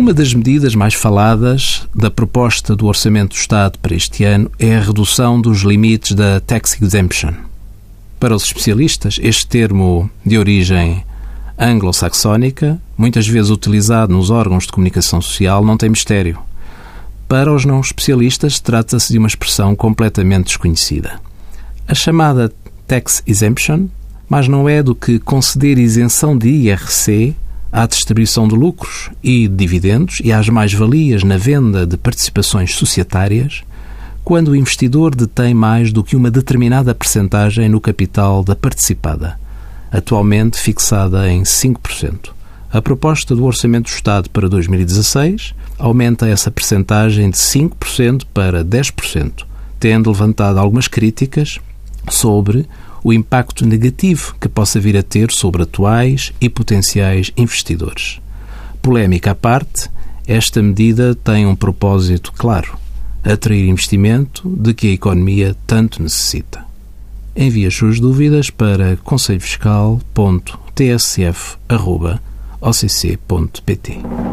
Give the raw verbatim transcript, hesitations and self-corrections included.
Uma das medidas mais faladas da proposta do Orçamento do Estado para este ano é a redução dos limites da tax exemption. Para os especialistas, este termo de origem anglo-saxónica, muitas vezes utilizado nos órgãos de comunicação social, não tem mistério. Para os não especialistas, trata-se de uma expressão completamente desconhecida. A chamada tax exemption, mas não é do que conceder isenção de I R C à distribuição de lucros e de dividendos e às mais-valias na venda de participações societárias, quando o investidor detém mais do que uma determinada percentagem no capital da participada, atualmente fixada em cinco por cento. A proposta do Orçamento do Estado para dois mil e dezasseis aumenta essa percentagem de cinco por cento para dez por cento, tendo levantado algumas críticas sobre o impacto negativo que possa vir a ter sobre atuais e potenciais investidores. Polémica à parte, esta medida tem um propósito claro: atrair investimento de que a economia tanto necessita. Envie as suas dúvidas para conselho fiscal ponto t s f arroba o c c ponto p t.